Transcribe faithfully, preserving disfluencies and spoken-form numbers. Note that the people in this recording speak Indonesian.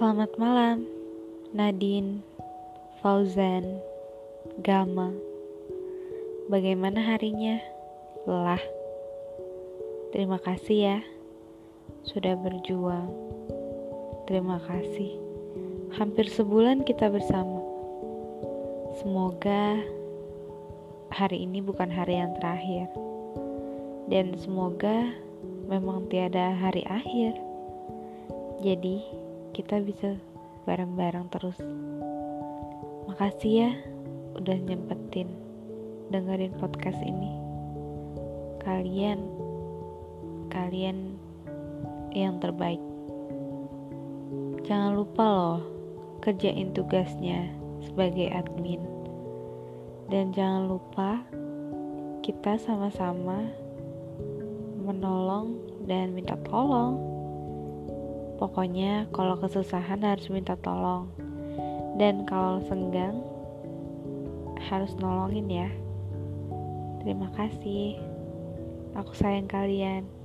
Selamat malam, Nadine, Fauzan, Gama. Bagaimana harinya? Lelah? Terima kasih ya, sudah berjuang. Terima kasih. Hampir sebulan kita bersama. Semoga hari ini bukan hari yang terakhir. Dan semoga memang tiada hari akhir. Jadi, kita bisa bareng-bareng terus. Makasih ya udah nyempetin dengerin podcast ini. Kalian Kalian yang terbaik. Jangan lupa loh kerjain tugasnya sebagai admin. Dan jangan lupa kita sama-sama menolong dan minta tolong. Pokoknya kalau kesusahan harus minta tolong. Dan kalau senggang harus nolongin ya. Terima kasih. Aku sayang kalian.